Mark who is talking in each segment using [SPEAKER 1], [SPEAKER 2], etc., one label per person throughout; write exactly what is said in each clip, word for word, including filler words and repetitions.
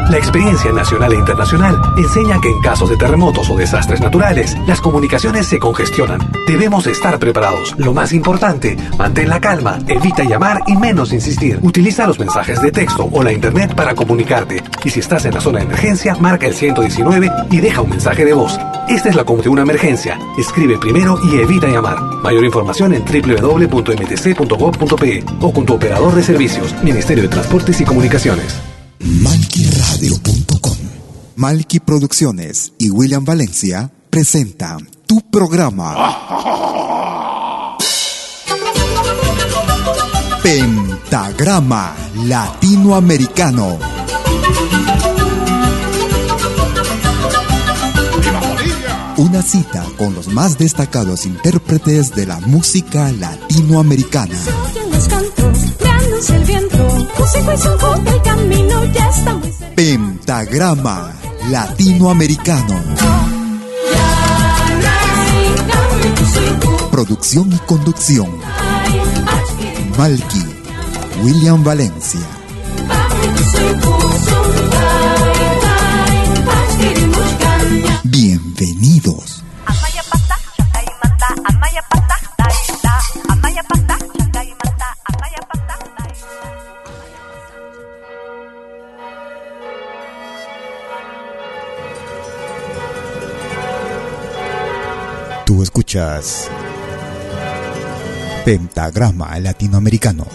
[SPEAKER 1] La experiencia nacional e internacional enseña que en casos de terremotos o desastres naturales, las comunicaciones se congestionan. Debemos estar preparados. Lo más importante, mantén la calma, evita llamar y menos insistir. Utiliza los mensajes de texto o la internet para comunicarte. Y si estás en la zona de emergencia, marca el ciento diecinueve y deja un mensaje de voz. Esta es la comunicación de una emergencia. Escribe primero y evita llamar. Mayor información en doble u doble u doble u punto m t c punto gov punto p e o con tu operador de servicios, Ministerio de Transportes y Comunicaciones.
[SPEAKER 2] malki radio punto com. Malki Producciones y William Valencia presentan tu programa Pentagrama Latinoamericano. Una cita con los más destacados intérpretes de la música latinoamericana. Pentagrama Latinoamericano. Producción y conducción, Malki, William Valencia. Bienvenidos. Tú escuchas Pentagrama Latinoamericano.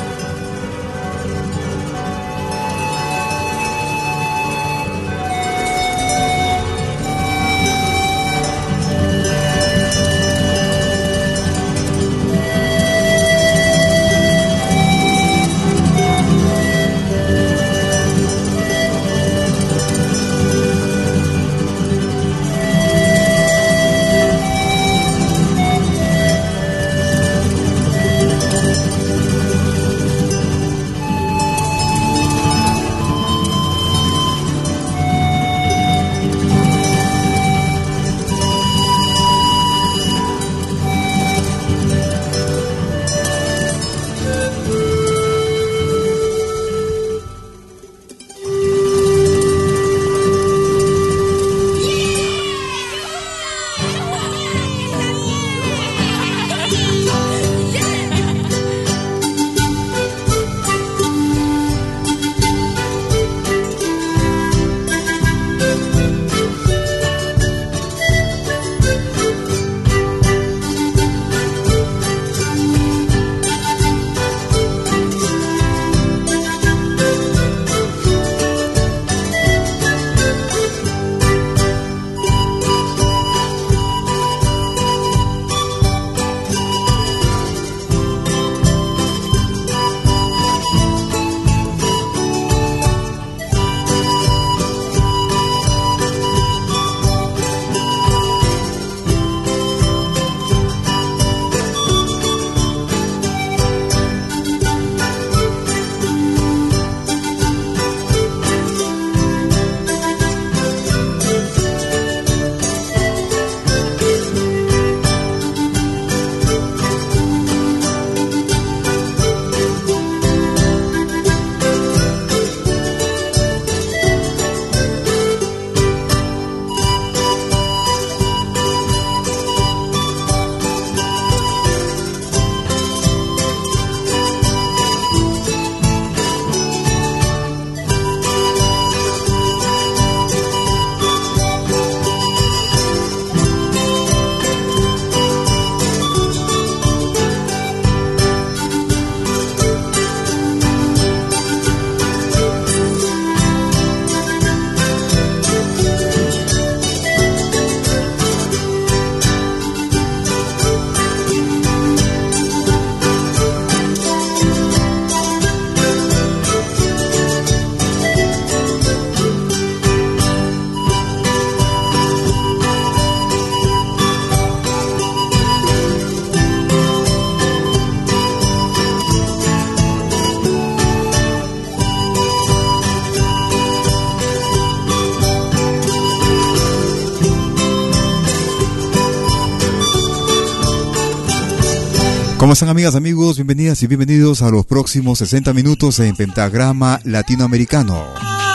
[SPEAKER 2] ¿Cómo están, amigas, amigos? Bienvenidas y bienvenidos a los próximos sesenta minutos en Pentagrama Latinoamericano.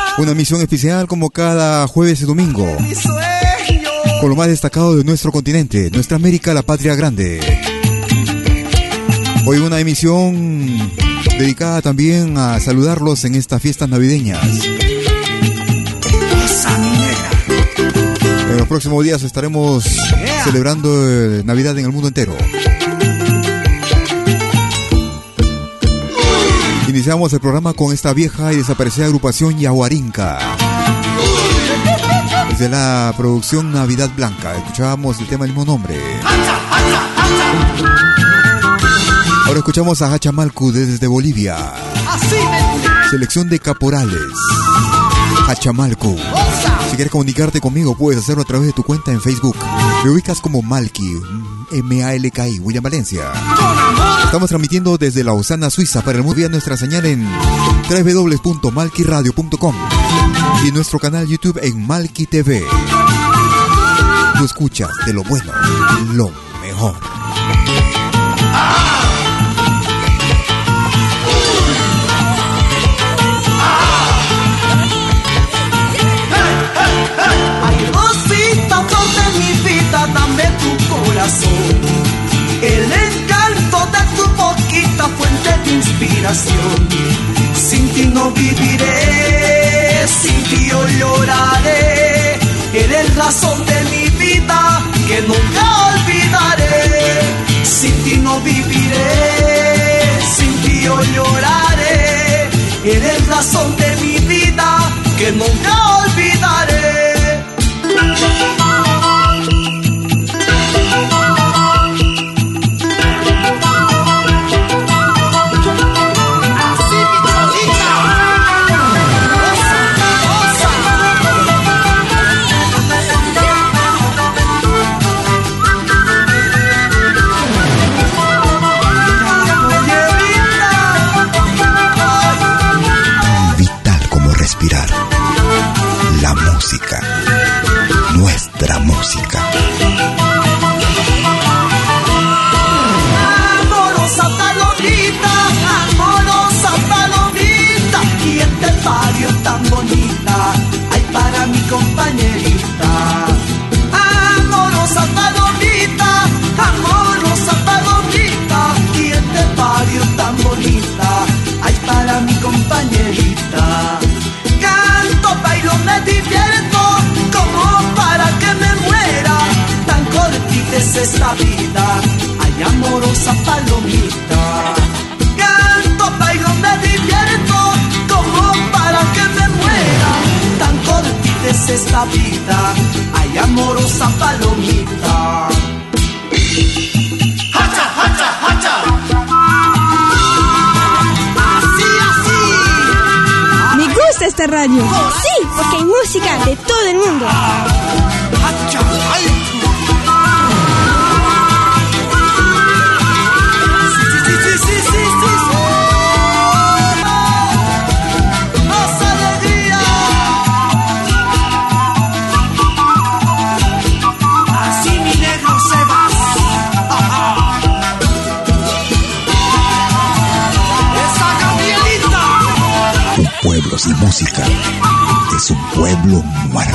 [SPEAKER 2] Una emisión especial como cada jueves y domingo, con lo más destacado de nuestro continente, nuestra América, la patria grande. Hoy una emisión dedicada también a saludarlos en estas fiestas navideñas. En los próximos días estaremos celebrando Navidad en el mundo entero. Iniciamos el programa con esta vieja y desaparecida agrupación Yahuarinca. Desde la producción Navidad Blanca escuchábamos el tema del mismo nombre. Ahora escuchamos a Hachamalcu desde Bolivia. Selección de caporales. Hachamalcu. Si quieres comunicarte conmigo, puedes hacerlo a través de tu cuenta en Facebook. Me ubicas como Malky, M A L K I, William Valencia. Estamos transmitiendo desde Lausana, Suiza, para el mundo vía nuestra señal en doble u doble u doble u punto malky radio punto com y nuestro canal YouTube en Malky T V. Tú escuchas de lo bueno, lo mejor.
[SPEAKER 3] Dame tu corazón, el encanto de tu boquita, fuente de inspiración. Sin ti no viviré, sin ti yo lloraré. Eres razón de mi vida que nunca olvidaré. Sin ti no viviré, sin ti yo lloraré. Eres razón de mi vida que nunca olvidaré.
[SPEAKER 2] La música, nuestra música.
[SPEAKER 3] Amorosa palomita, amorosa palomita, y este barrio tan bonita, ay para mi compañerita. Amorosa palomita, amorosa palomita, y este barrio tan bonita, ay para mi compañerita. Bailo, me divierto, como para que me muera. Tan cortita es esta vida, ay amorosa palomita. Canto, bailo, me divierto, como para que me muera. Tan cortita es esta vida, ay amorosa palomita. ¡Hacha, hacha, hacha!
[SPEAKER 4] Esta radio. Sí, porque hay música de todo el mundo.
[SPEAKER 3] Sí, sí, sí, sí, sí, sí. ¡Más alegría! Así mi negro se va. Esa Gabrielita.
[SPEAKER 2] Un pueblo sin música es un pueblo muerto.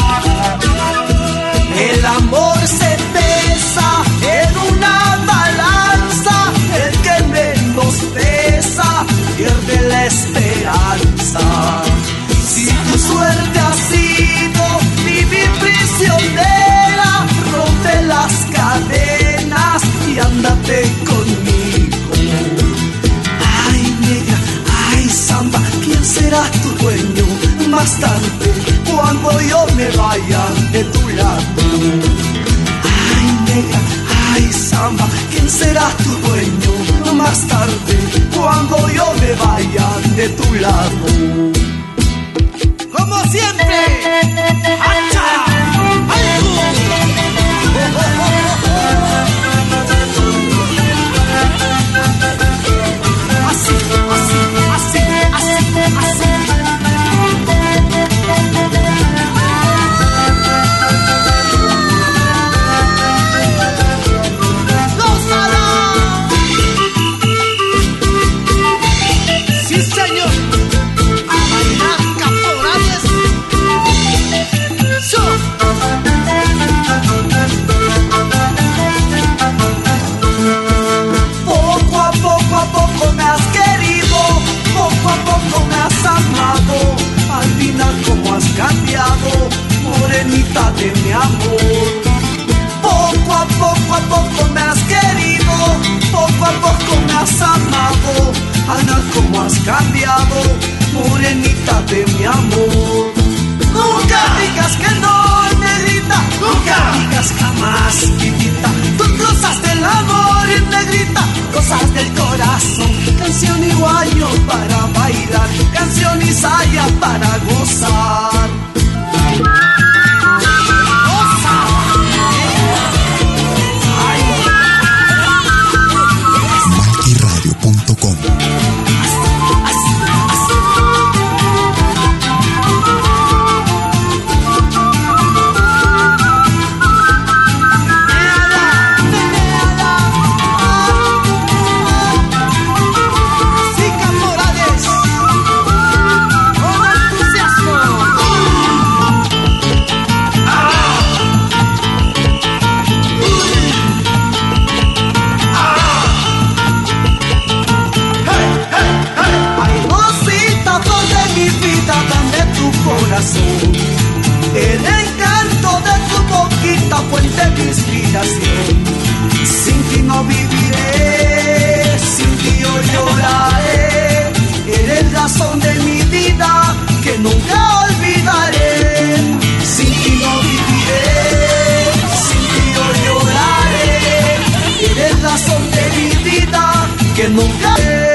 [SPEAKER 3] El amor se pesa en una balanza, el que menos pesa pierde la esperanza. Si tu suerte ha sido vivir prisionera, rompe las cadenas y ándate conmigo. Ay negra, ay samba, ¿quién será tu dueño más tarde cuando yo me vaya de tu lado? Ay negra, ay samba, ¿quién será tu dueño más tarde cuando yo me vaya de tu lado? Como siempre, ¡hacha! Así, así, así, así, así. Sí, señor. A bailar caporales. para bailar, canción y saya para gozar.
[SPEAKER 2] malquiradio punto com.
[SPEAKER 3] El encanto de tu boquita, fuente de inspiración. Sin ti no viviré, sin ti yo lloraré. Eres razón de mi vida que nunca olvidaré. Sin ti no viviré, sin ti yo lloraré. Eres razón de mi vida que nunca olvidaré.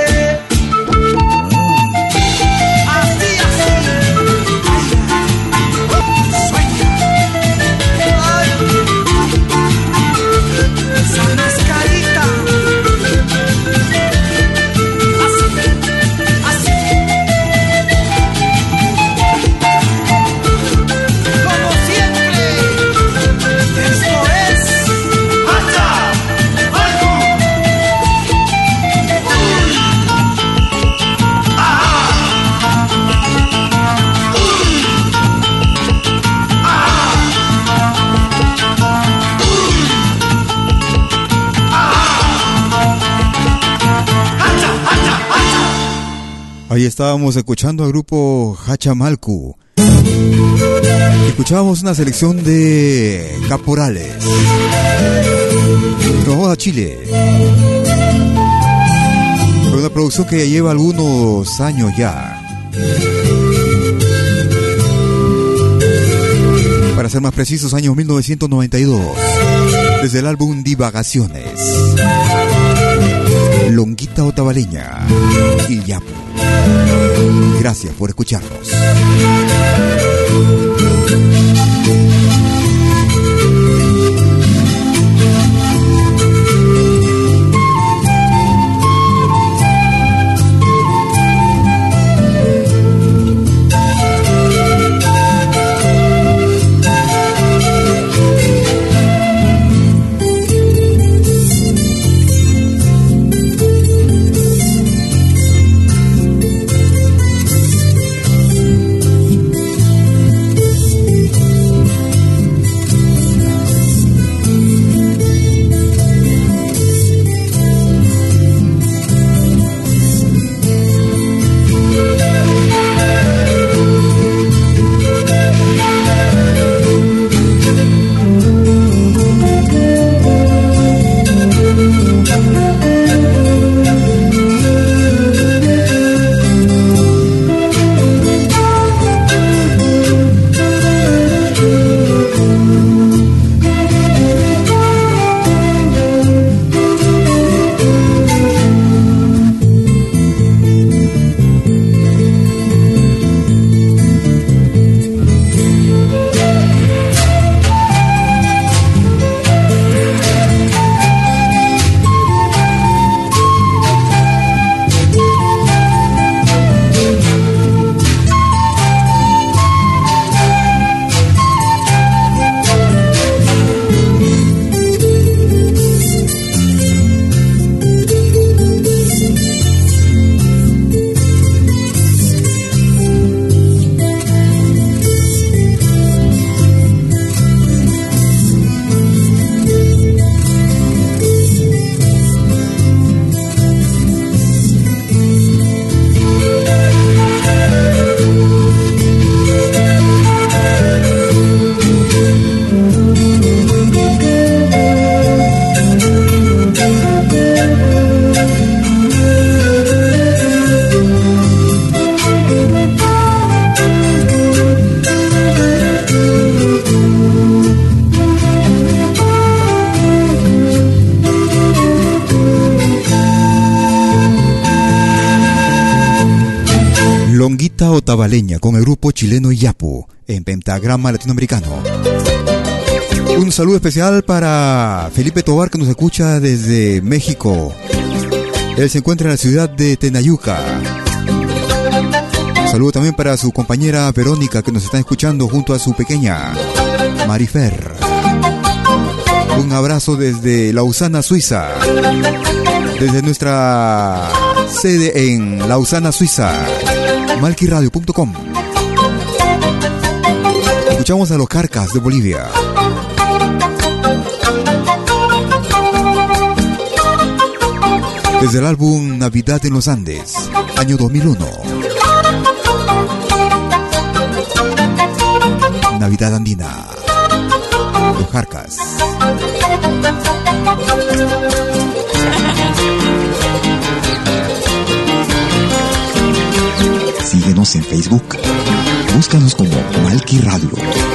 [SPEAKER 2] Ahí estábamos escuchando al grupo Hachamalcu. Escuchábamos una selección de Caporales. Nos vamos a Chile. Una producción que lleva algunos años ya. Para ser más precisos, años mil novecientos noventa y dos. Desde el álbum Divagaciones. Longuita Otavaleña. y Yapu. Gracias por escucharnos. Rita Otavaleña con el grupo chileno Yapu en Pentagrama Latinoamericano. Un saludo especial para Felipe Tobar, que nos escucha desde México. Él se encuentra en la ciudad de Tenayuca. Un saludo también para su compañera Verónica, que nos está escuchando junto a su pequeña Marifer. Un abrazo desde Lausana, Suiza. Desde nuestra sede en Lausana, Suiza, malquiradio punto com. Escuchamos a los Carcas de Bolivia. Desde el álbum Navidad en los Andes, año dos mil uno. Navidad andina. Los Carcas.
[SPEAKER 5] Síguenos en Facebook. Búscanos como Malqui Radio.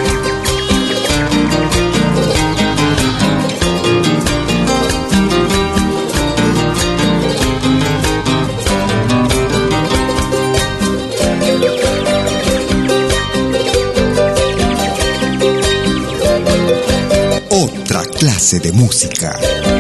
[SPEAKER 5] Otra clase de música.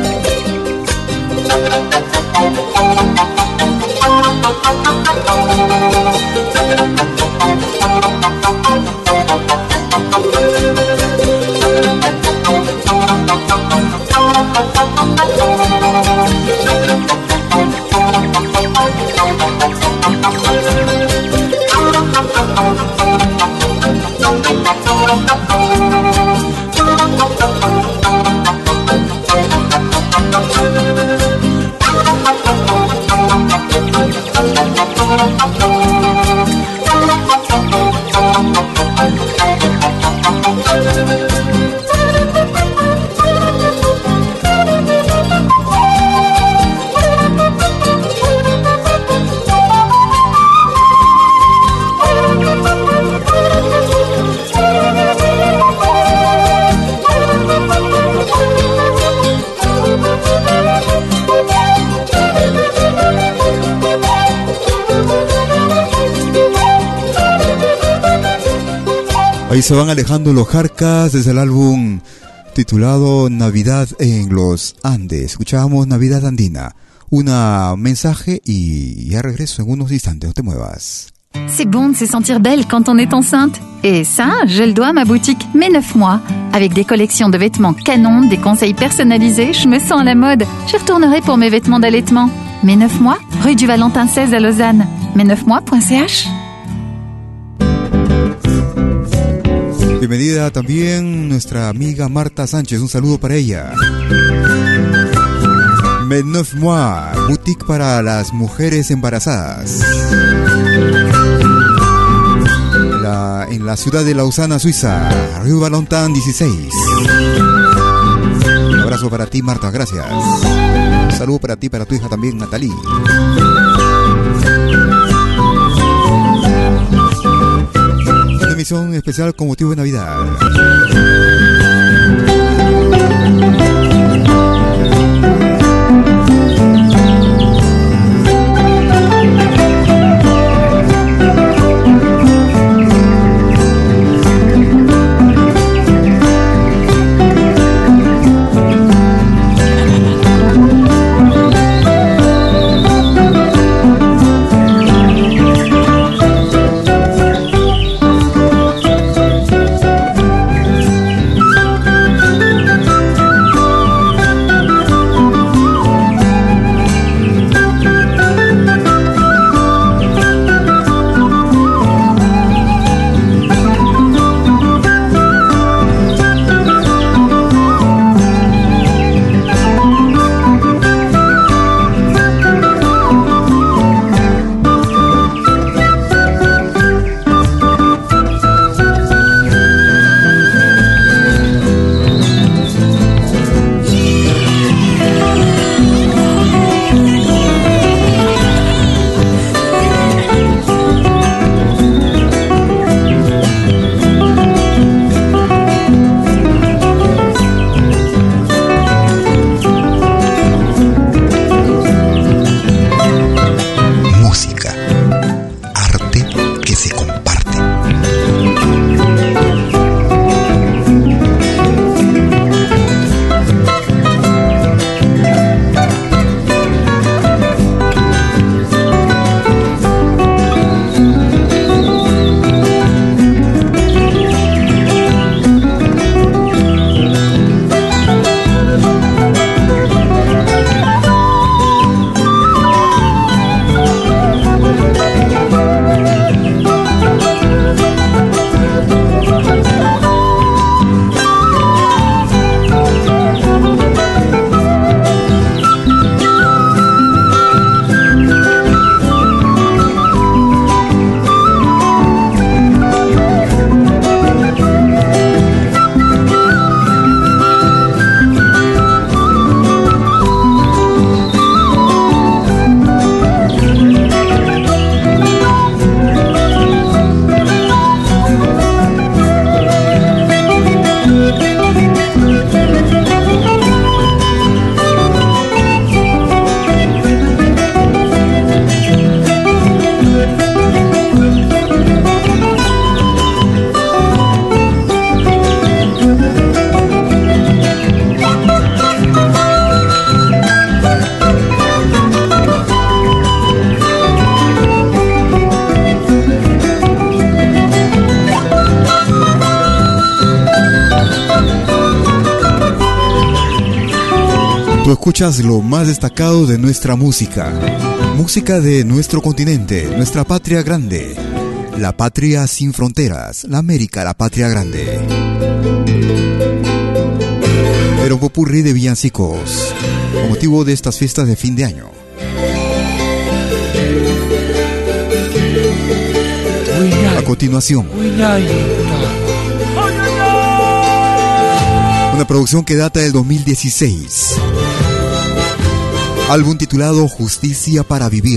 [SPEAKER 2] Ahí se van alejando los Carcas desde el álbum titulado Navidad en los Andes. Escuchábamos Navidad Andina. Un mensaje y ya regreso en unos instantes, no te muevas.
[SPEAKER 6] C'est bon de se sentir belle quand on est enceinte. Et ça, je le dois à ma boutique Mes neuf mois. Avec des collections de vêtements canon, des conseils personnalisés, je me sens à la mode. Je retournerai pour mes vêtements d'allaitement. Mes neuf mois, rue du Valentin seize à Lausanne. mes neuf mois punto c h.
[SPEAKER 2] Bienvenida también nuestra amiga Marta Sánchez, un saludo para ella. Mes neuf mois, boutique para las mujeres embarazadas. La, en la ciudad de Lausana, Suiza, Rue Valentin dieciséis. Un abrazo para ti, Marta, gracias. Un saludo para ti, para tu hija también, Natalie. Emisión especial con motivo de Navidad. escuchas lo más destacado de nuestra música. Música de nuestro continente, nuestra patria grande. La patria sin fronteras, la América, la patria grande. Era un popurrí de villancicos, con motivo de estas fiestas de fin de año. A continuación, una producción que data del dos mil dieciséis. Álbum titulado Justicia para Vivir.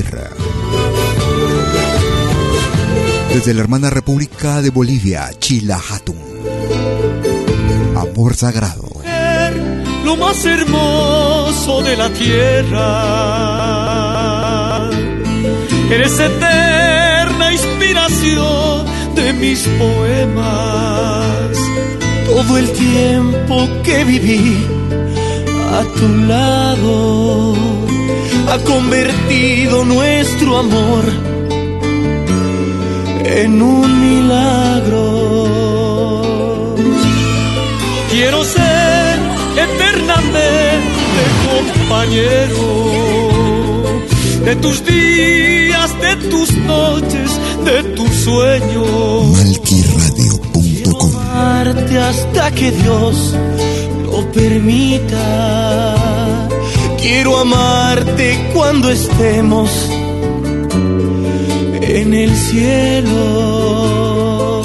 [SPEAKER 2] Desde la hermana República de Bolivia, Chilahatun. Amor sagrado.
[SPEAKER 3] Lo más hermoso de la tierra. Eres eterna inspiración de mis poemas. Todo el tiempo que viví a tu lado ha convertido nuestro amor en un milagro. Quiero ser eternamente compañero de tus días, de tus noches, de tus sueños.
[SPEAKER 5] Malqui Radio punto com.
[SPEAKER 3] Amarte hasta que Dios lo permita. Quiero amarte cuando estemos en el cielo.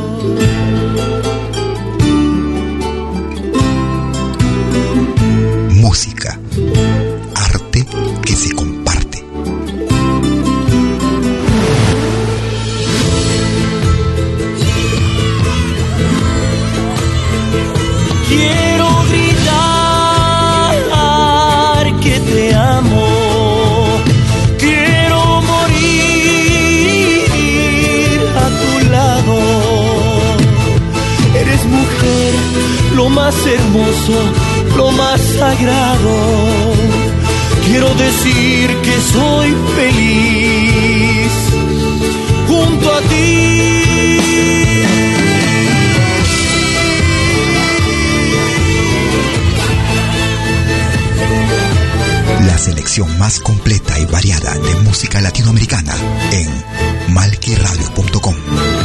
[SPEAKER 5] Música, arte que se comparte.
[SPEAKER 3] Quiero gritar que te amo. Quiero morir a tu lado. Eres mujer, lo más hermoso, lo más sagrado. Quiero decir que soy feliz junto a ti.
[SPEAKER 5] La selección más completa y variada de música latinoamericana en Malqui Radio punto com.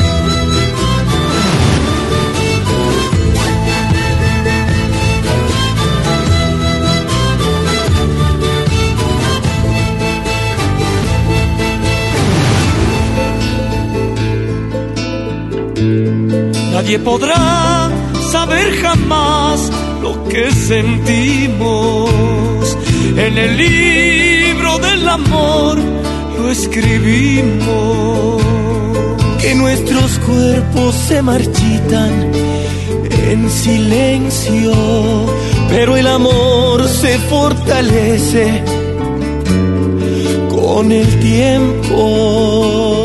[SPEAKER 3] Nadie podrá saber jamás lo que sentimos. En el libro del amor lo escribimos. Que nuestros cuerpos se marchitan en silencio, pero el amor se fortalece con el tiempo.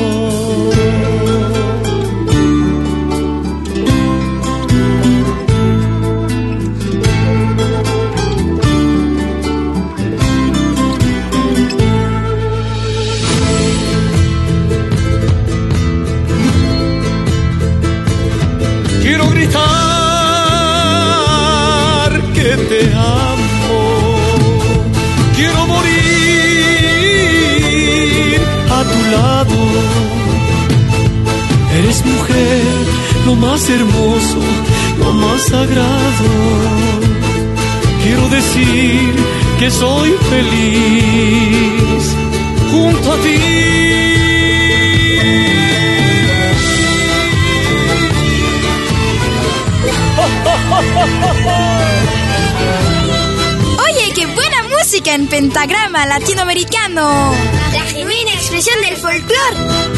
[SPEAKER 3] Eres mujer, lo más hermoso, lo más sagrado. Quiero decir que soy feliz junto a ti.
[SPEAKER 4] Oye, qué buena música en pentagrama latinoamericano. La genuina expresión del folclore.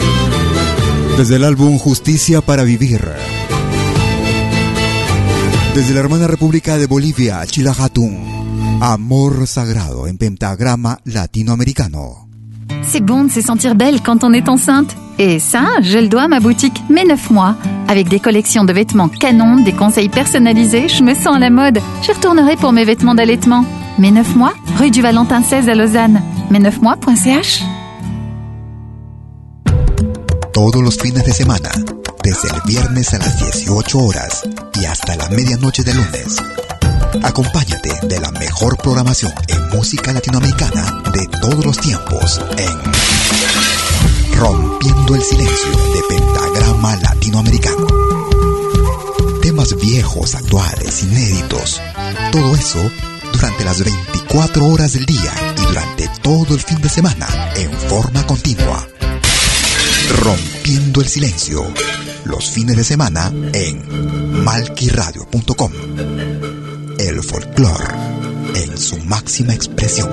[SPEAKER 2] Desde el álbum Justicia para Vivir. Desde la hermana República de Bolivia, Chilajatún, Amor Sagrado en pentagrama latinoamericano.
[SPEAKER 6] C'est bon de se sentir belle quand on est enceinte. Et ça, je le dois à ma boutique Mes neuf mois. Avec des collections de vêtements canon, des conseils personnalisés, je me sens à la mode. Je retournerai pour mes vêtements d'allaitement. Mes neuf mois, rue du Valentin seize à Lausanne. mes neuf mois point c h.
[SPEAKER 5] Todos los fines de semana, desde el viernes a las dieciocho horas y hasta la medianoche del lunes. Acompáñate de la mejor programación en música latinoamericana de todos los tiempos en Rompiendo el Silencio de Pentagrama Latinoamericano. Temas viejos, actuales, inéditos, todo eso durante las veinticuatro horas del día y durante todo el fin de semana en forma continua. Rompiendo el Silencio, los fines de semana en malqui radio punto com. El folclore en su máxima expresión.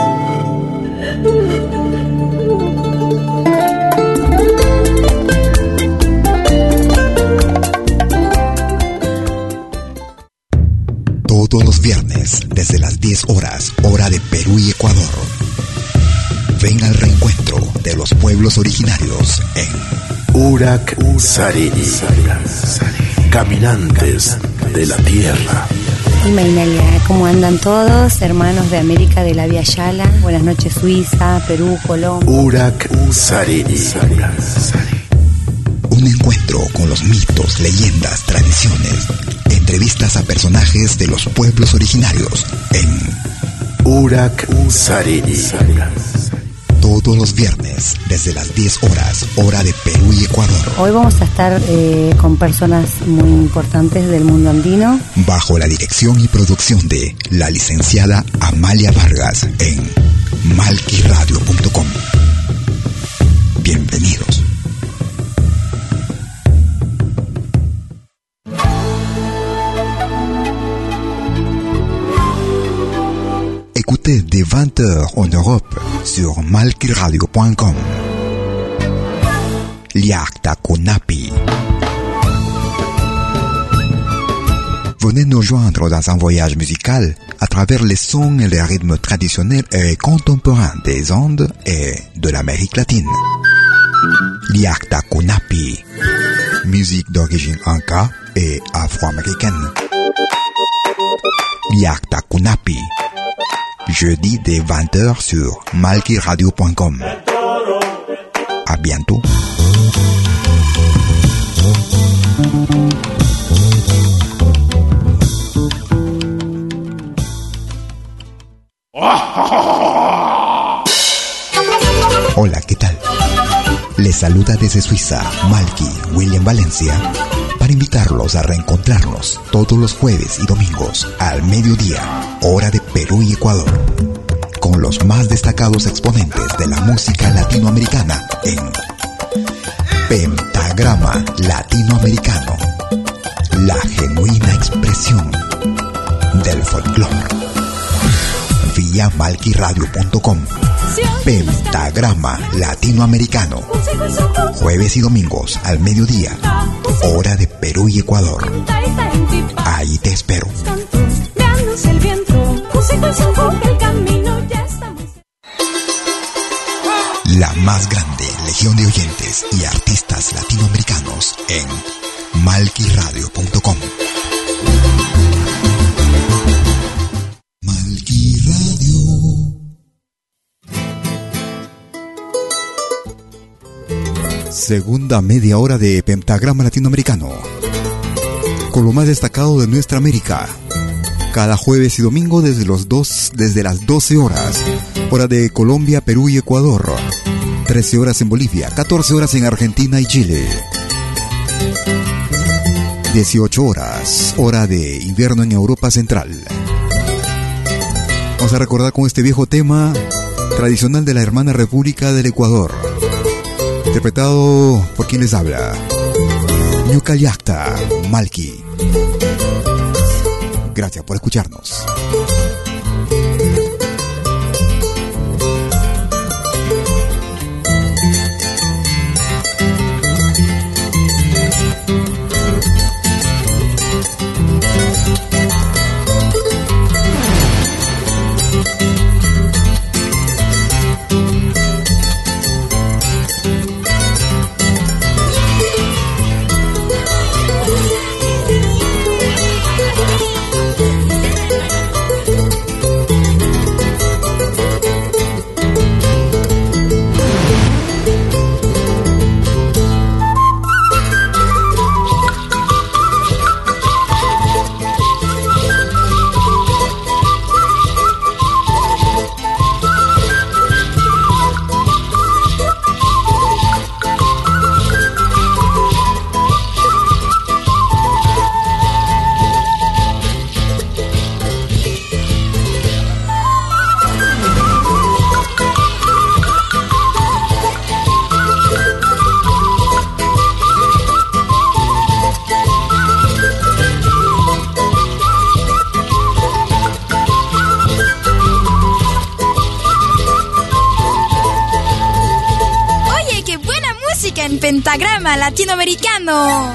[SPEAKER 5] Todos los viernes, desde las diez horas, hora de Perú y Ecuador. Ven al reencuentro de los pueblos originarios en
[SPEAKER 7] Urak Sarini, caminantes de la tierra.
[SPEAKER 8] Y Mainalia, ¿cómo andan todos? Hermanos de América de la Vía Yala. Buenas noches, Suiza, Perú, Colombia.
[SPEAKER 7] Urak Sarini.
[SPEAKER 5] Un encuentro con los mitos, leyendas, tradiciones, entrevistas a personajes de los pueblos originarios en
[SPEAKER 7] Urak Sarini.
[SPEAKER 5] Todos los viernes, desde las diez horas, hora de Perú y Ecuador.
[SPEAKER 8] Hoy vamos a estar eh, con personas muy importantes del mundo andino.
[SPEAKER 5] Bajo la dirección y producción de la licenciada Amalia Vargas en malqui radio punto com. Bienvenidos. Écoutez dès vingt heures en Europe sur malqui radio point com. Liakta Kunapi. Venez nous joindre dans un voyage musical à travers les sons et les rythmes traditionnels et contemporains des Andes et de l'Amérique latine. Liakta Kunapi. Musique d'origine inca et afro-américaine. Liakta Kunapi. Jeudi dès vingt heures sur malqui radio point com. À bientôt. Hola, ¿qué tal? Les saluda desde Suiza, Malqui, William Valencia, para invitarlos a reencontrarnos todos los jueves y domingos al mediodía, hora de Perú y Ecuador, con los más destacados exponentes de la música latinoamericana en Pentagrama Latinoamericano, la genuina expresión del folclore. Vía malqui radio punto com. Pentagrama Latinoamericano, jueves y domingos al mediodía, hora de Perú y Ecuador. Ahí te espero. La más grande legión de oyentes y artistas latinoamericanos en malqui radio punto com. Malqui Radio.
[SPEAKER 2] Segunda media hora de Pentagrama Latinoamericano, con lo más destacado de nuestra América. Cada jueves y domingo desde, los dos, desde las doce horas, hora de Colombia, Perú y Ecuador. trece horas en Bolivia, catorce horas en Argentina y Chile. dieciocho horas, hora de invierno en Europa Central. Vamos a recordar con este viejo tema tradicional de la hermana República del Ecuador, interpretado por quien les habla, Ñucallacta, Malqui. Gracias por escucharnos.
[SPEAKER 4] Pentagrama Latinoamericano.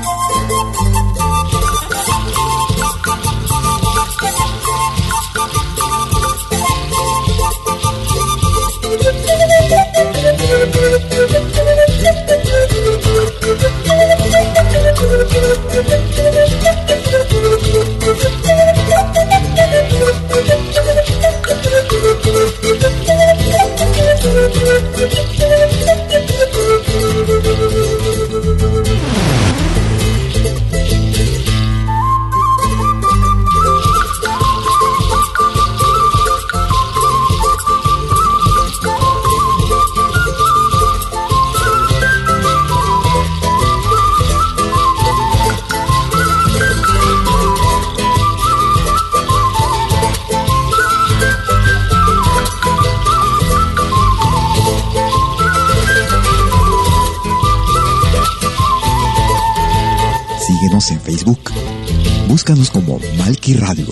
[SPEAKER 5] En Facebook, búscanos como Malki Radio.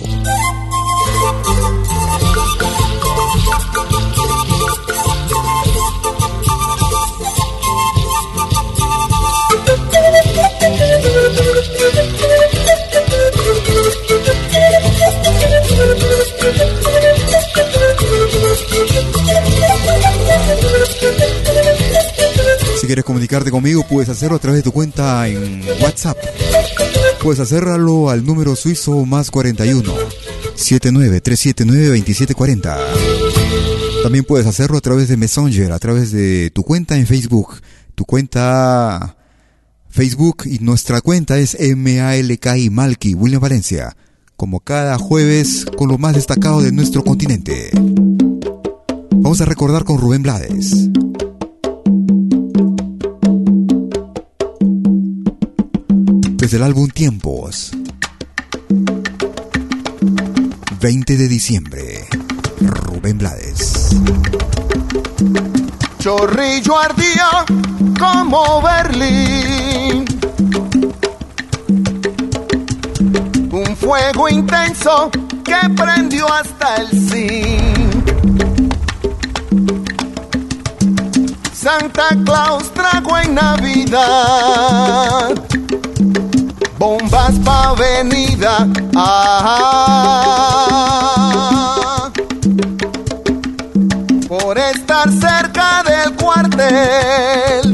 [SPEAKER 2] Si quieres comunicarte conmigo, puedes hacerlo a través de tu cuenta en WhatsApp. Puedes hacerlo al número suizo más cuarenta y uno, setenta y nueve, trescientos setenta y nueve, veintisiete cuarenta. También puedes hacerlo a través de Messenger, a través de tu cuenta en Facebook. Tu cuenta Facebook y nuestra cuenta es M A L K I Malki, William Valencia. Como cada jueves con lo más destacado de nuestro continente. Vamos a recordar con Rubén Blades. Desde el álbum Tiempos, veinte de diciembre, Rubén Blades.
[SPEAKER 3] Chorrillo ardía como Berlín, un fuego intenso que prendió hasta el zinc. Santa Claus trajo en Navidad bombas pa' avenida, ah, por estar cerca del cuartel.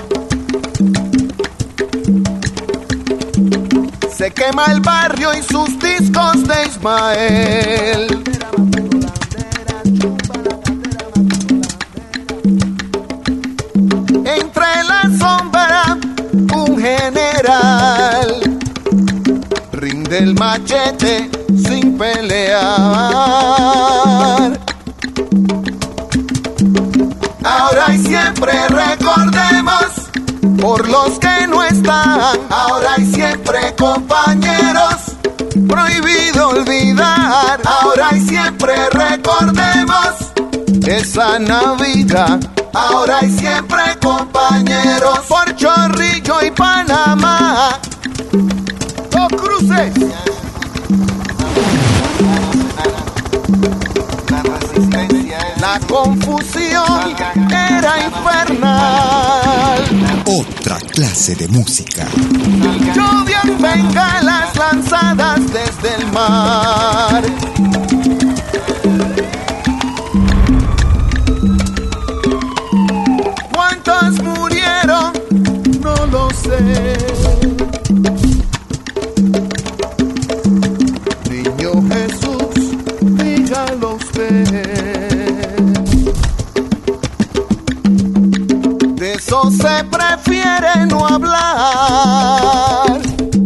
[SPEAKER 3] Se quema el barrio y sus discos de Ismael. Entre la sombra, un general rinde el machete sin pelear. Ahora y siempre recordemos por los que no están. Ahora y siempre, compañeros, prohibido olvidar. Ahora y siempre recordemos esa Navidad. Ahora y siempre, compañeros, por Chorrillo y Panamá. ¡Dos cruces! La confusión era infernal.
[SPEAKER 5] Otra clase de música.
[SPEAKER 3] Llovían bengalas lanzadas desde el mar. ¿Cuántos murieron? No lo sé. Niño Jesús, dígalo usted. De eso se prefiere no hablar.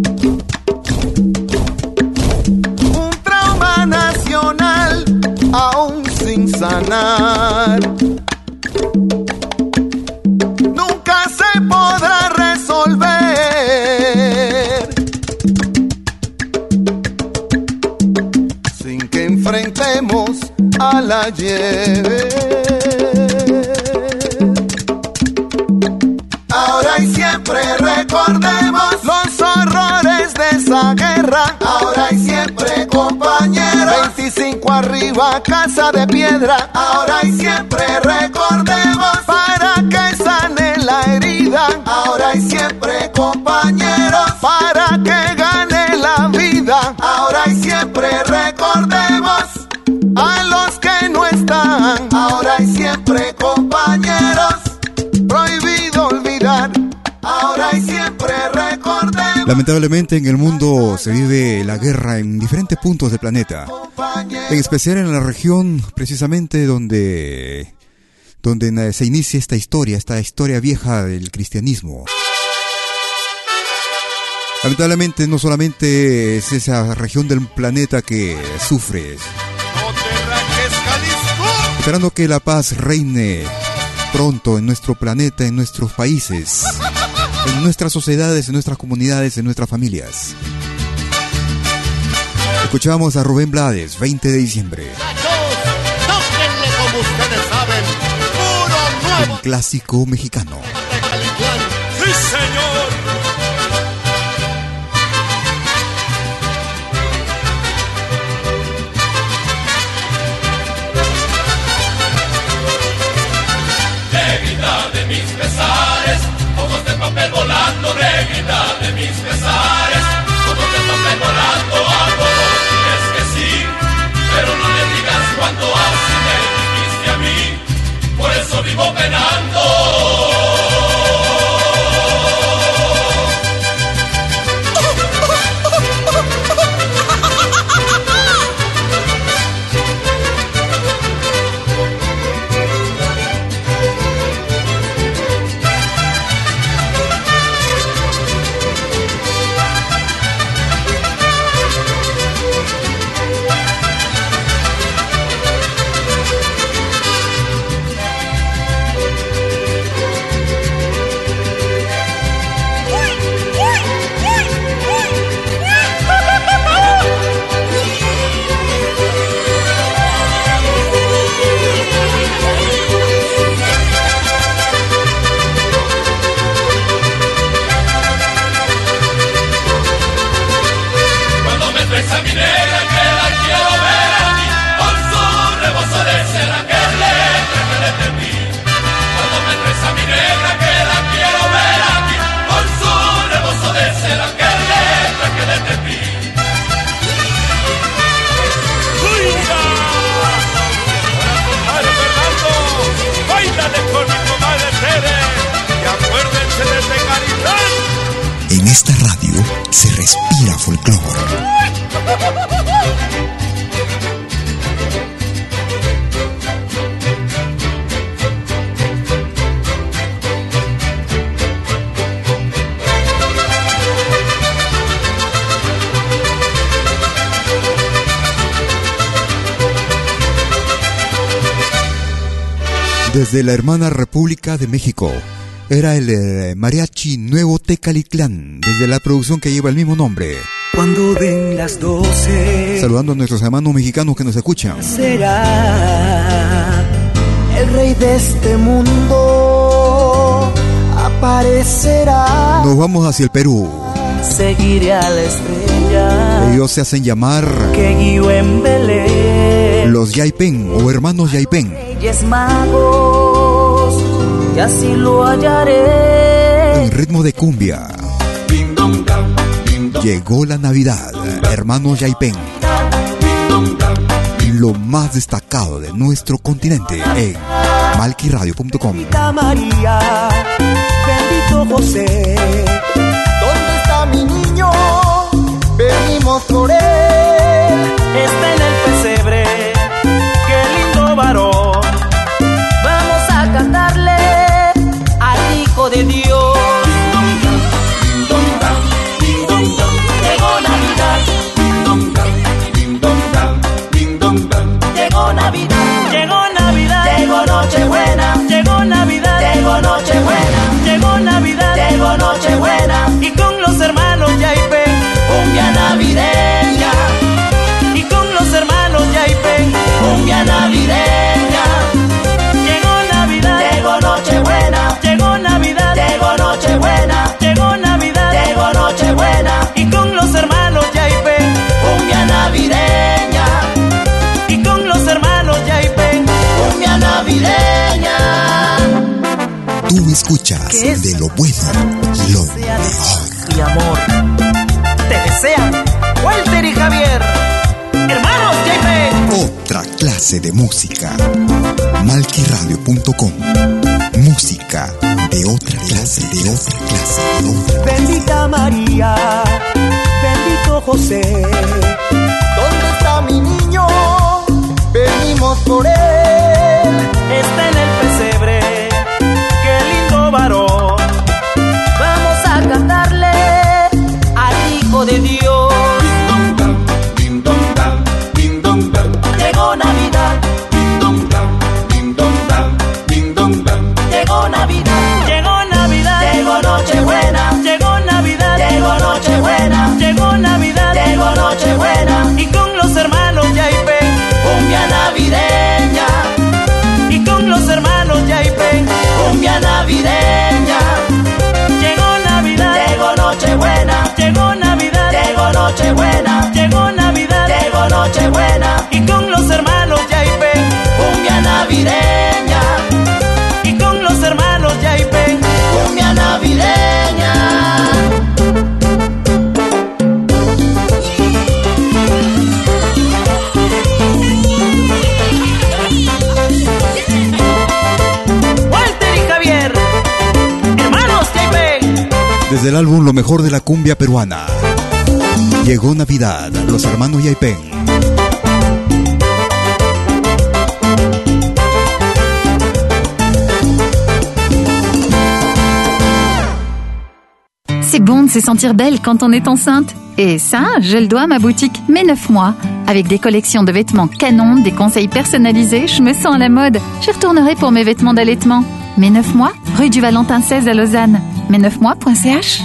[SPEAKER 3] Un trauma nacional aún sin sanar. Nunca se podrá resolver sin que enfrentemos al ayer. Ahora y siempre recordemos los horrores de esa guerra. Ahora y siempre, compañeros, veinticinco arriba, casa de piedra. Ahora y siempre recordemos para que sane la herida. Ahora y
[SPEAKER 9] compañeros, para que gane la vida. Ahora y siempre recordemos a los que no están. Ahora y siempre, compañeros, prohibido olvidar. Ahora y siempre recordemos.
[SPEAKER 2] Lamentablemente en el mundo se vive la guerra en diferentes puntos del planeta, en especial en la región precisamente donde, donde se inicia esta historia, esta historia vieja del cristianismo. Lamentablemente no solamente es esa región del planeta que sufre, esperando que la paz reine pronto en nuestro planeta, en nuestros países, en nuestras sociedades, en nuestras comunidades, en nuestras familias. Escuchamos a Rubén Blades, veinte de diciembre.
[SPEAKER 10] Tóquenle como ustedes saben, puro nuevo.
[SPEAKER 2] Un clásico mexicano.
[SPEAKER 10] ¡Sí, señor!
[SPEAKER 11] Negrita de mis pesares, ojos de papel volando, negrita de mis pesares, ojos de papel volando, amor, diles que sí, pero no le digas cuánto así me dijiste a mí, por eso vivo penando. Esa mi negra que la quiero ver a mí, con su rebozo de cera que le traje de mí. Cuando me traes a mi negra que la quiero ver a mí, con su rebozo de cera que le traje de mí. ¡Cuida! Hola, compadre Fernando, báilale con mi comadre Tere y acuérdense de Tecaritán.
[SPEAKER 5] En esta radio se respira folclore.
[SPEAKER 2] Desde la hermana República de México, era el eh, mariachi Nuevo Tecalitlán, desde la producción que lleva el mismo nombre.
[SPEAKER 3] Cuando den las doce,
[SPEAKER 2] saludando a nuestros hermanos mexicanos que nos escuchan.
[SPEAKER 3] Será el rey de este mundo, aparecerá.
[SPEAKER 2] Nos vamos hacia el Perú.
[SPEAKER 3] Seguiré a la estrella.
[SPEAKER 2] Ellos se hacen llamar
[SPEAKER 3] que guío en Belén.
[SPEAKER 2] Los Yaipen o hermanos Yaipen.
[SPEAKER 3] Reyes magos, y así lo hallaré.
[SPEAKER 2] En ritmo de cumbia. Llegó la Navidad, hermanos Yaipen. Lo más destacado de nuestro continente en malqui radio punto com.
[SPEAKER 3] María, bendito José, ¿dónde está mi niño? Venimos por él. Está en el pesebre, qué lindo varón. Vamos a cantarle al Hijo de Dios. Llegó Navidad, llegó Navidad, llegó Navidad, llegó Nochebuena, llegó Navidad, llegó Nochebuena, llegó Navidad, llegó Nochebuena, y con los hermanos Yaipen, cumbia navideña, y con los hermanos Yaipen, cumbia navideña. Llegó Navidad, llegó Nochebuena, llegó Navidad, llegó Nochebuena, llegó Navidad, llegó Nochebuena, y con los hermanos Yaipen, cumbia navideña, y con los hermanos Yaipen, cumbia navideña.
[SPEAKER 5] Tú escuchas de lo bueno, lo mejor.
[SPEAKER 12] y amor. Te desean Walter y Javier, hermanos J P.
[SPEAKER 5] Otra clase de música. Malquiradio punto com. Música de otra clase, de otra clase, de otra clase.
[SPEAKER 3] Bendita María, bendito José, ¿dónde está mi niño? Venimos por él.
[SPEAKER 12] Está en el pesebre, qué lindo varón.
[SPEAKER 3] Vamos a cantarle al Hijo de Dios.
[SPEAKER 11] Ding dong dang, ding dong dang,
[SPEAKER 3] Llegó Navidad,
[SPEAKER 11] ding dong dang, ding dong dang, ding dong dang.
[SPEAKER 3] llegó Navidad,
[SPEAKER 12] Llegó Navidad,
[SPEAKER 3] llegó Nochebuena,
[SPEAKER 12] llegó Navidad,
[SPEAKER 3] llegó Nochebuena,
[SPEAKER 12] llegó Navidad,
[SPEAKER 3] llegó Nochebuena.
[SPEAKER 12] y con los hermanos Yaipe,
[SPEAKER 3] Cumbia navideña,
[SPEAKER 12] y con los hermanos Yaipe,
[SPEAKER 3] cumbia navideña.
[SPEAKER 12] llegó Navidad,
[SPEAKER 3] Llegó Nochebuena,
[SPEAKER 12] llegó Navidad,
[SPEAKER 3] llegó Nochebuena,
[SPEAKER 12] llegó Navidad,
[SPEAKER 3] llegó Nochebuena.
[SPEAKER 12] y con los hermanos Yaipe,
[SPEAKER 3] Cumbia navideña,
[SPEAKER 12] y con los hermanos Yaipe,
[SPEAKER 3] cumbia navideña.
[SPEAKER 12] Walter y Javier, hermanos Yaipe.
[SPEAKER 2] Desde el álbum Lo mejor de la cumbia peruana, llegó Navidad, los hermanos Yaipen.
[SPEAKER 6] C'est bon de se sentir belle quand on est enceinte. Et ça, je le dois à ma boutique Mes neuf mois. Avec des collections de vêtements canon, des conseils personnalisés, je me sens à la mode. Je retournerai pour mes vêtements d'allaitement. Mes neuf mois, rue du Valentin seize à Lausanne. mes neuf mois punto c h.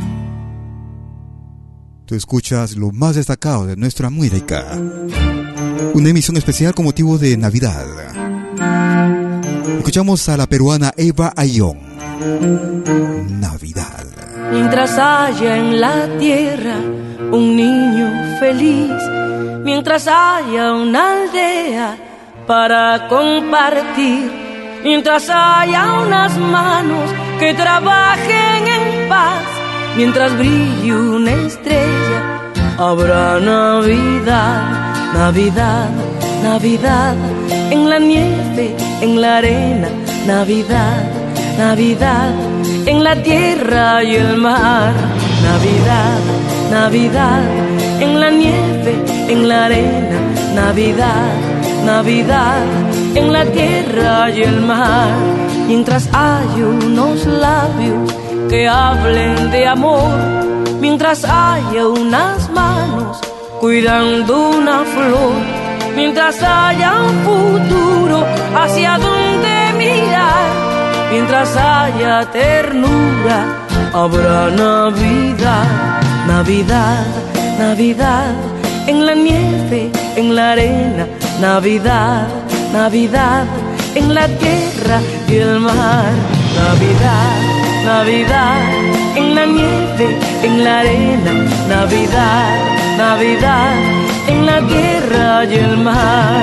[SPEAKER 2] Tú escuchas lo más destacado de nuestra música. Una emisión especial con motivo de Navidad. Escuchamos a la peruana Eva Ayón. Navidad.
[SPEAKER 13] Mientras haya en la tierra un niño feliz, mientras haya una aldea para compartir, mientras haya unas manos que trabajen en paz, mientras brille una estrella, habrá Navidad, Navidad, Navidad, en la nieve, en la arena, Navidad, Navidad, en la tierra y el mar, Navidad, Navidad, en la nieve, en la arena, Navidad, Navidad, en la tierra y el mar, mientras hay unos labios que hablen de amor, mientras haya unas manos cuidando una flor, mientras haya un futuro hacia donde mirar, mientras haya ternura, habrá Navidad, Navidad, Navidad, en la nieve, en la arena, Navidad, Navidad, en la tierra y el mar, Navidad, Navidad, en la nieve, en la arena, Navidad, Navidad, en la tierra y el mar.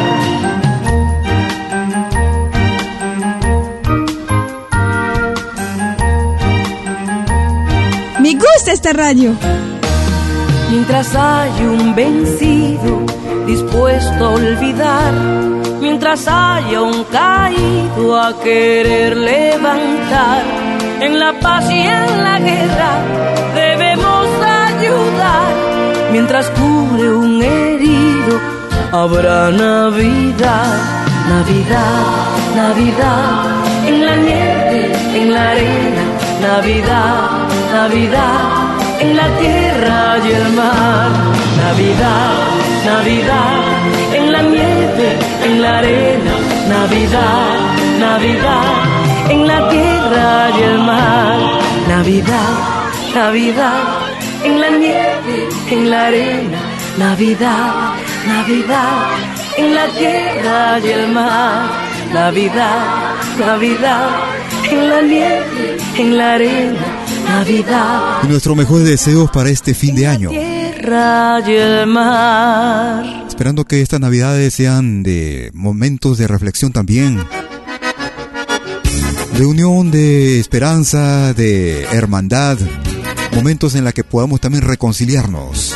[SPEAKER 4] Me gusta esta radio.
[SPEAKER 13] Mientras hay un vencido dispuesto a olvidar, mientras haya un caído a querer levantar, en la paz y en la guerra debemos ayudar, mientras cure un herido habrá Navidad, Navidad, Navidad, en la nieve, en la arena, Navidad, Navidad, en la tierra y el mar, Navidad, Navidad, en la nieve, en la arena, Navidad, Navidad, en la tierra y el mar, Navidad, Navidad, en la nieve, en la arena, Navidad, Navidad, en la tierra y el mar, Navidad, Navidad, en la nieve, en la arena, Navidad.
[SPEAKER 2] Y nuestros mejores deseos para este fin de año.
[SPEAKER 13] Tierra y el mar.
[SPEAKER 2] Esperando que estas navidades sean de momentos de reflexión también. De unión, de esperanza, de hermandad. Momentos en los que podamos también reconciliarnos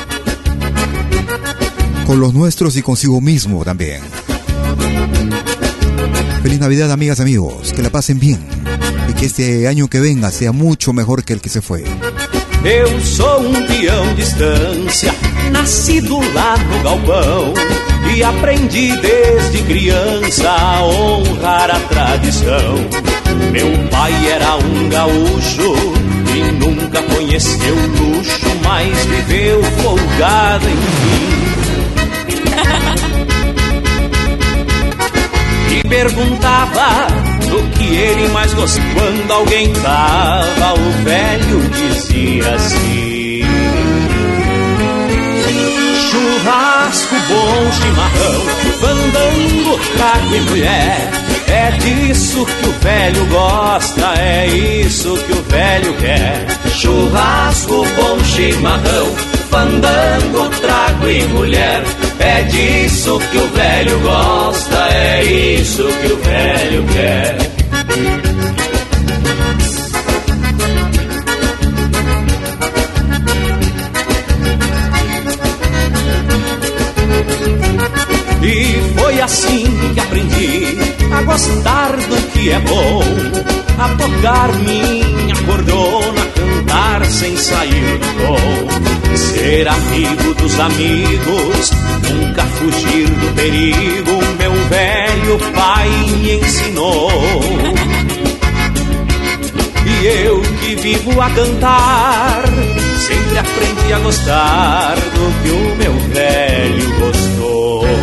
[SPEAKER 2] con los nuestros y consigo mismo también. Feliz Navidad, amigas, amigos. Que la pasen bien y que este año que venga sea mucho mejor que el que se fue.
[SPEAKER 14] Eu sou um peão de estância, nascido lá no galpão, e aprendi desde criança a honrar a tradição. Meu pai era um gaúcho e nunca conheceu luxo, mas viveu folgado em mim. E perguntava do que ele mais gostava. Quando alguém tava, o velho dizia assim: churrasco, bom chimarrão, fandango, trago e mulher. É disso que o velho gosta, é isso que o velho quer. Churrasco, bom chimarrão, fandango, trago e mulher. É disso que o velho gosta, é isso que o velho quer. E foi assim que aprendi a gostar do que é bom, a tocar minha cordona, cantar sem sair do tom, ser amigo dos amigos, nunca fugir do perigo. Meu velho pai me ensinou, e eu que vivo a cantar, sempre aprendi a gostar do que o meu velho gostou.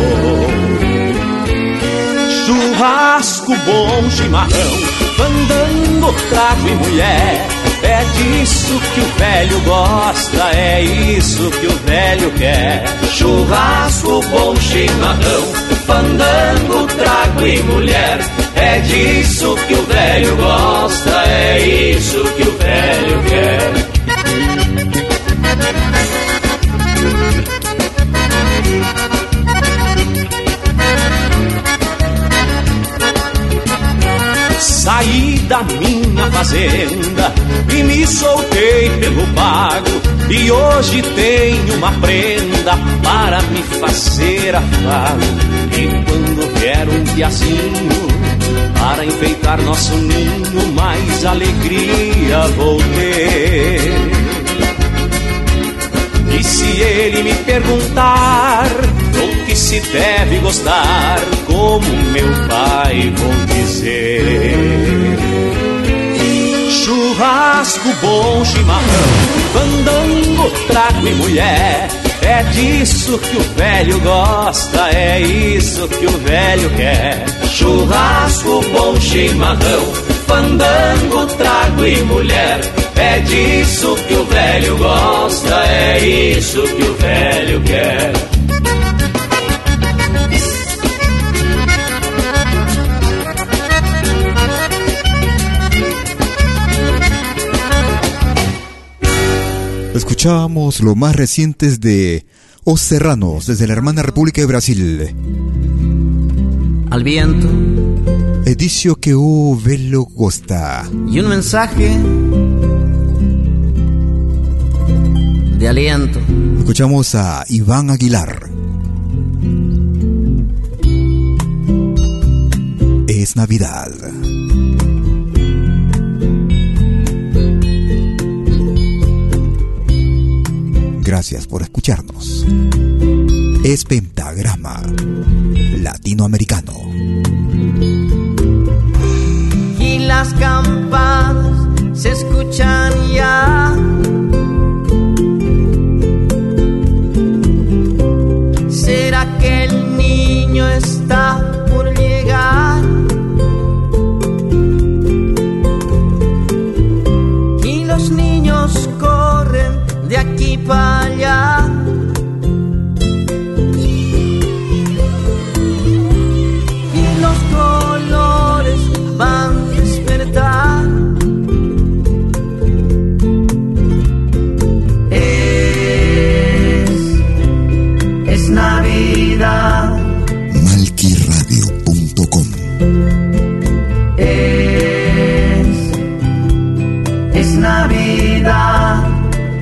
[SPEAKER 14] Churrasco, bom chimarrão, fandango, trago e mulher. É disso que o velho gosta, é isso que o velho quer. Churrasco, bom chimarrão, fandango, trago e mulher. É disso que o velho gosta, é isso que o velho quer. Saí da minha fazenda e me soltei pelo pago, e hoje tenho uma prenda para me fazer afago. E quando vier um piazinho para enfeitar nosso ninho, mais alegria vou ter. E se ele me perguntar o que se deve gostar, como meu pai vou dizer: churrasco, bom chimarrão, fandango, trago e mulher. É disso que o velho gosta, é isso que o velho quer. Churrasco, bom chimarrão, fandango, trago e mulher. É disso que o velho gosta, é isso que o velho quer.
[SPEAKER 2] Escuchábamos lo más recientes de Os Serranos desde la hermana República de Brasil.
[SPEAKER 15] Al viento.
[SPEAKER 2] Edicio que o velho gosta.
[SPEAKER 15] Y un mensaje de aliento.
[SPEAKER 2] Escuchamos a Iván Aguilar. Es Navidad. Gracias por escucharnos. Es Pentagrama Latinoamericano.
[SPEAKER 3] Y las campanas se escuchan ya. ¿Será que el niño está por llegar? Y los niños corren de aquí para allá. Y los colores van a despertar. Es, es Navidad.
[SPEAKER 5] Malquiradio punto com.
[SPEAKER 3] Es, es Navidad.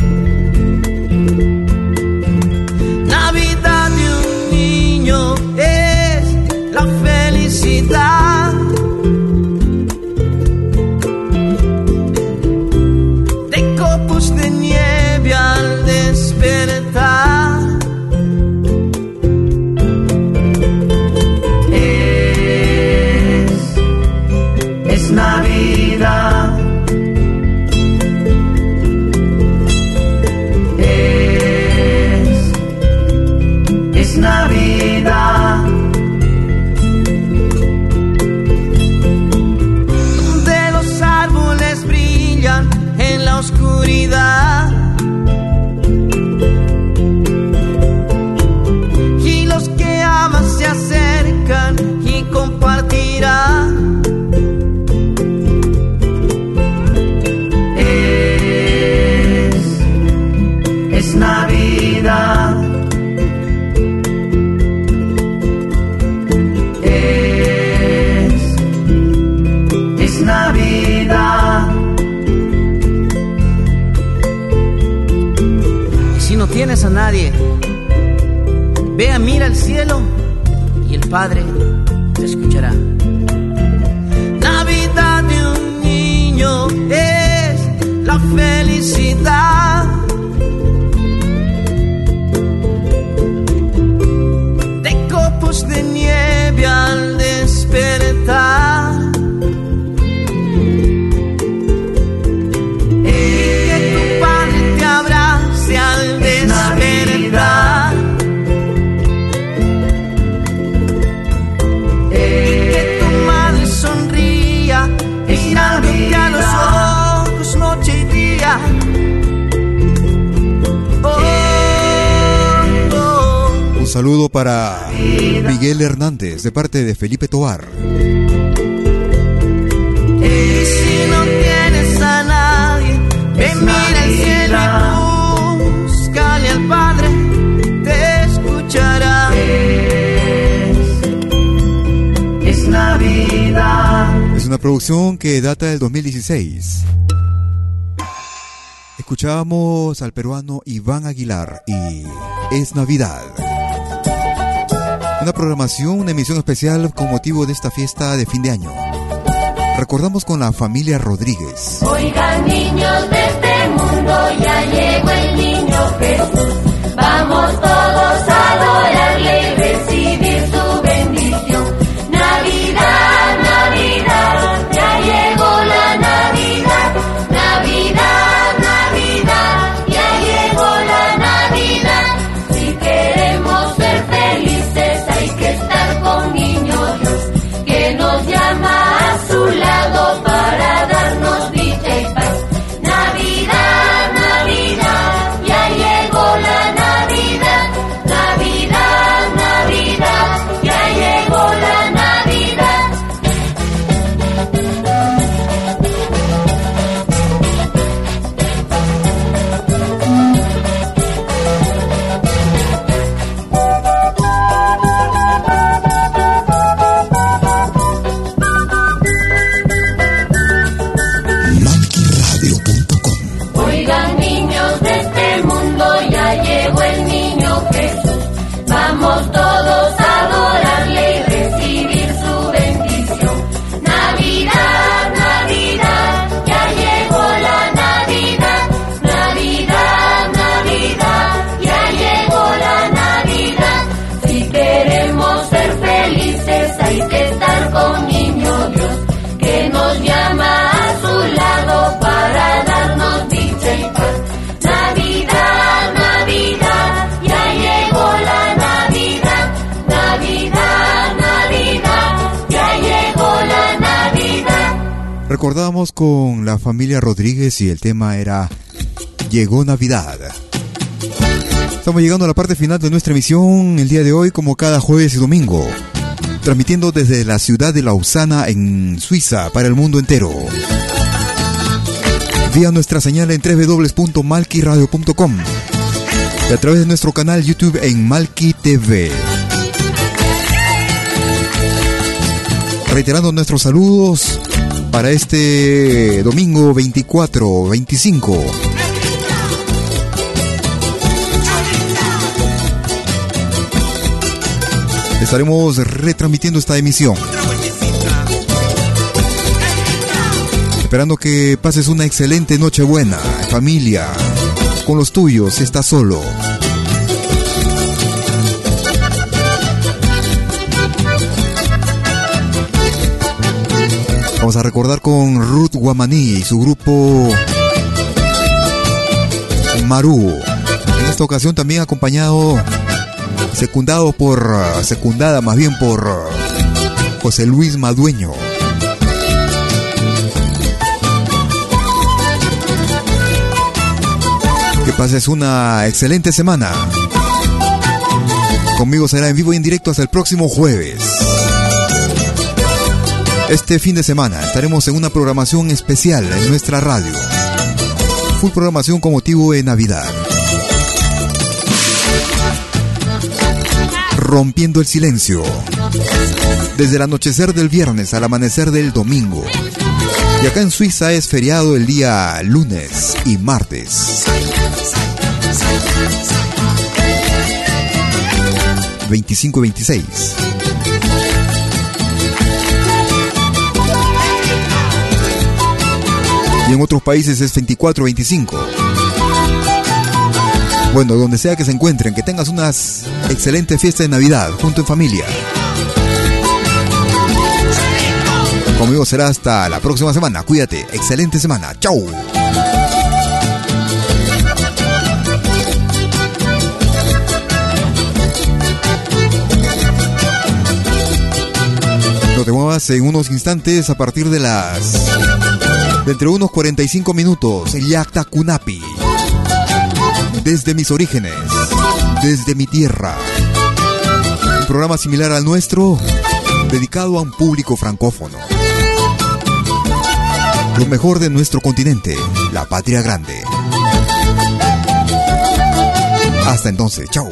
[SPEAKER 3] es Navidad. Es, es Navidad.
[SPEAKER 15] Y si no tienes a nadie, vea, mira al cielo y el Padre te escuchará. Navidad de un niño es la felicidad de copos de nieve al despertar. Y que tu Padre te abrace al despertar. Y que tu madre sonría mirándote a los ojos noche y día. Oh, oh.
[SPEAKER 2] Un saludo para Miguel Hernández de parte de Felipe Tovar.
[SPEAKER 15] Y si no tienes a nadie, ve, mira el cielo y búscale al Padre, te escuchará.
[SPEAKER 3] Es, es Navidad.
[SPEAKER 2] Es una producción que data del dos mil dieciséis. Escuchábamos al peruano Iván Aguilar y Es Navidad. Una programación, una emisión especial con motivo de esta fiesta de fin de año. Recordamos con la familia Rodríguez.
[SPEAKER 16] Oigan, niños de este mundo, ya llegó el niño Jesús. Vamos todos a adorarle y recibir su bendición. Navidad, Navidad, ya llegó la Navidad. Navidad, Navidad, ya llegó la Navidad. Si queremos ser felices hay que estar con Niño Dios, que nos llama a su lado para darnos dicha y paz. Navidad, Navidad, ya llegó la Navidad. Navidad, Navidad, ya llegó la Navidad. Oigan, niños de este mundo, ya llegó el niño Jesús. Vamos todos a adorarle y recibir su bendición. Navidad, Navidad, ya llegó la Navidad. Navidad, Navidad, ya llegó la Navidad. Si queremos ser felices hay que estar con Niño Dios, que nos llama a su lado para darnos dicha y paz. Navidad, Navidad, ya llegó la Navidad. Navidad, Navidad, ya llegó la Navidad.
[SPEAKER 2] Recordábamos con la familia Rodríguez y el tema era Llegó Navidad. Estamos llegando a la parte final de nuestra emisión el día de hoy, como cada jueves y domingo, transmitiendo desde la ciudad de Lausana en Suiza para el mundo entero, vía nuestra señal en doble u doble u doble u punto malki radio punto com y a través de nuestro canal YouTube en Malki T V. Reiterando nuestros saludos para este domingo veinticuatro veinticinco. Estaremos retransmitiendo esta emisión, esperando que pases una excelente Nochebuena en familia, con los tuyos, si estás solo. Vamos a recordar con Ruth Guamaní y su grupo Marú. En esta ocasión también acompañado, secundado por, secundada más bien por José Luis Madueño. Que pases una excelente semana. Conmigo será en vivo y en directo hasta el próximo jueves. Este fin de semana estaremos en una programación especial en nuestra radio. Full programación con motivo de Navidad. Rompiendo el silencio. Desde el anochecer del viernes al amanecer del domingo. Y acá en Suiza es feriado el día lunes y martes. veinticinco y veintiséis. Y en otros países es veinticuatro y veinticinco. Bueno, donde sea que se encuentren, que tengas unas excelentes fiestas de Navidad junto en familia. Conmigo será hasta la próxima semana. Cuídate, excelente semana. Chau. No te muevas en unos instantes a partir de las... de entre unos cuarenta y cinco minutos, el Yacta Kunapi. Desde mis orígenes, desde mi tierra. Un programa similar al nuestro, dedicado a un público francófono. Lo mejor de nuestro continente, la patria grande. Hasta entonces, chao.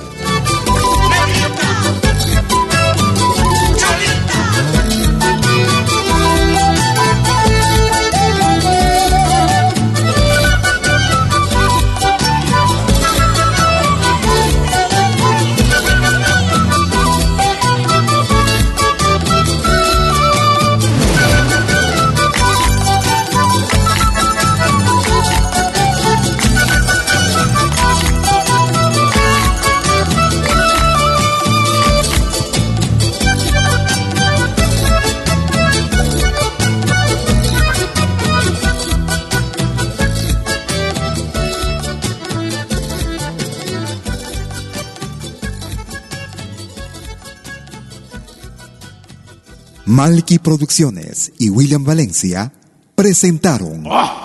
[SPEAKER 2] Malky Producciones y William Valencia presentaron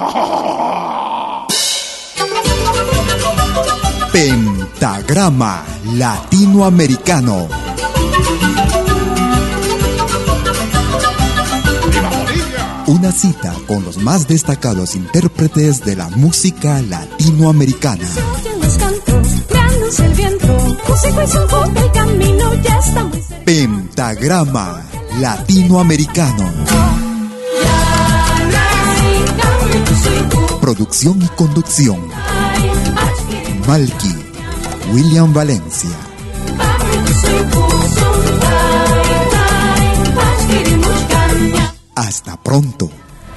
[SPEAKER 2] Pentagrama Latinoamericano. Una cita con los más destacados intérpretes de la música latinoamericana. Pentagrama Latinoamericano. Producción y conducción: Malky, William Valencia. Hasta pronto.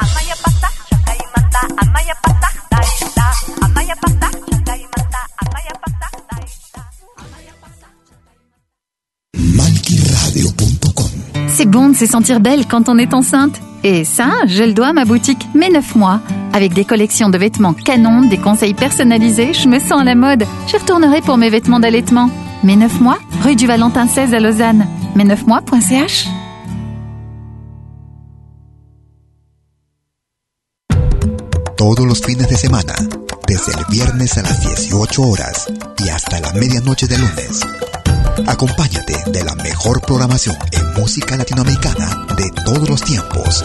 [SPEAKER 2] malky radio punto com.
[SPEAKER 6] C'est bon de se sentir belle quand on est enceinte. Et ça, je le dois à ma boutique Mes neuf mois. Avec des collections de vêtements canon, des conseils personnalisés, je me sens à la mode. Je retournerai pour mes vêtements d'allaitement. Mes neuf mois, rue du Valentin seize à Lausanne. mes neuf mois punto c h.
[SPEAKER 5] Todos los fines de semana, desde el viernes a las dieciocho horas y hasta la medianoche del lunes. Acompáñate de la mejor programación en música latinoamericana de todos los tiempos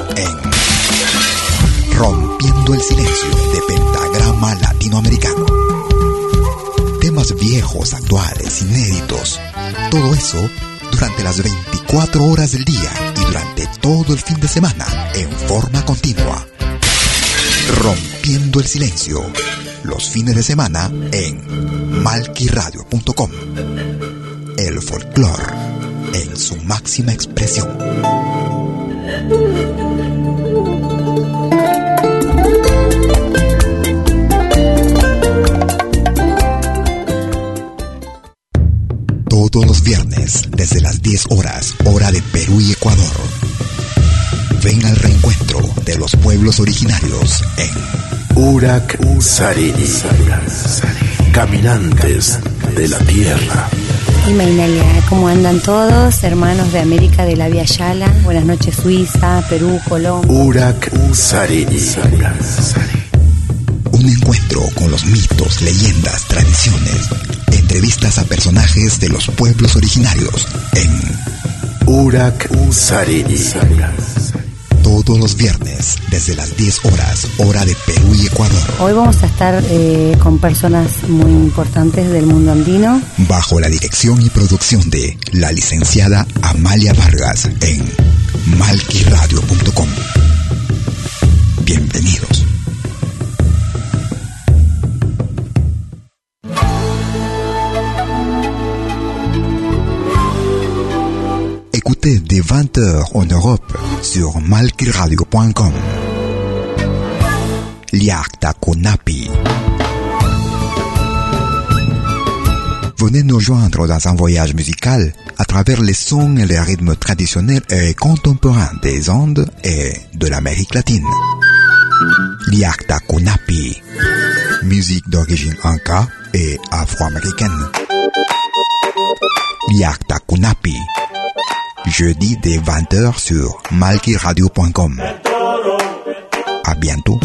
[SPEAKER 5] en Rompiendo el Silencio de Pentagrama Latinoamericano. Temas viejos, actuales, inéditos. Todo eso durante las veinticuatro horas del día y durante todo el fin de semana en forma continua. Rompiendo el Silencio, los fines de semana en malky radio punto com. El folclore en su máxima expresión. Todos los viernes, desde las diez horas, hora de Perú y Ecuador. Ven al reencuentro de los pueblos originarios en
[SPEAKER 7] Urak Sarini, caminantes de la tierra.
[SPEAKER 8] Imainalia, ¿cómo andan todos? Hermanos de América de la Vía Yala. Buenas noches, Suiza, Perú, Colombia.
[SPEAKER 7] Urak Sarini.
[SPEAKER 5] Un encuentro con los mitos, leyendas, tradiciones. Entrevistas a personajes de los pueblos originarios en
[SPEAKER 7] Urak Sarini.
[SPEAKER 5] Todos los viernes, desde las diez horas, hora de Perú y Ecuador.
[SPEAKER 8] Hoy vamos a estar eh, con personas muy importantes del mundo andino.
[SPEAKER 5] Bajo la dirección y producción de la licenciada Amalia Vargas en malquiradio punto com. Bienvenidos. Écoutez dès vingt heures en Europe sur malquiradio punto com. Liakta Kunapi. Venez nous joindre dans un voyage musical à travers les sons et les rythmes traditionnels et contemporains des Andes et de l'Amérique latine. Liakta Kunapi. Musique d'origine inca et afro-américaine. Liakta Kunapi. Jeudi dès vingt heures sur malquiradio punto com. À bientôt.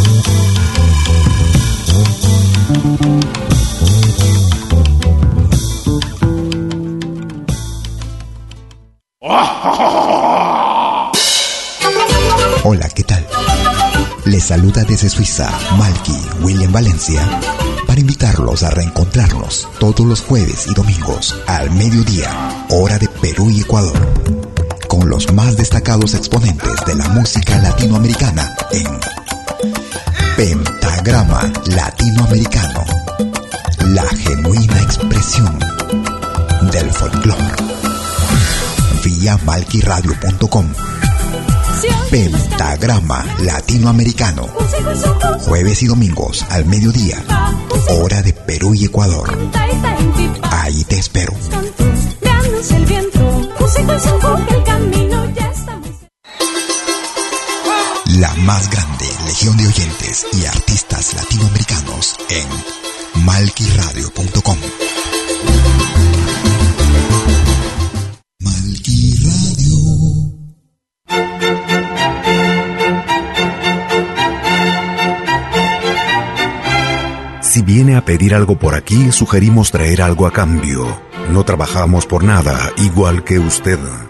[SPEAKER 5] Hola, ¿qué tal? Les saluda desde Suiza, Malky William Valencia, para invitarlos a reencontrarnos todos los jueves y domingos al mediodía, hora de Perú y Ecuador, con los más destacados exponentes de la música latinoamericana en Pentagrama Latinoamericano, la genuina expresión del folclore, vía malquiradio punto com. Pentagrama Latinoamericano, jueves y domingos al mediodía, hora de Perú y Ecuador. Ahí te espero. La más grande legión de oyentes y artistas latinoamericanos en malquiradio punto com.
[SPEAKER 17] Si viene a pedir algo por aquí, sugerimos traer algo a cambio. No trabajamos por nada, igual que usted.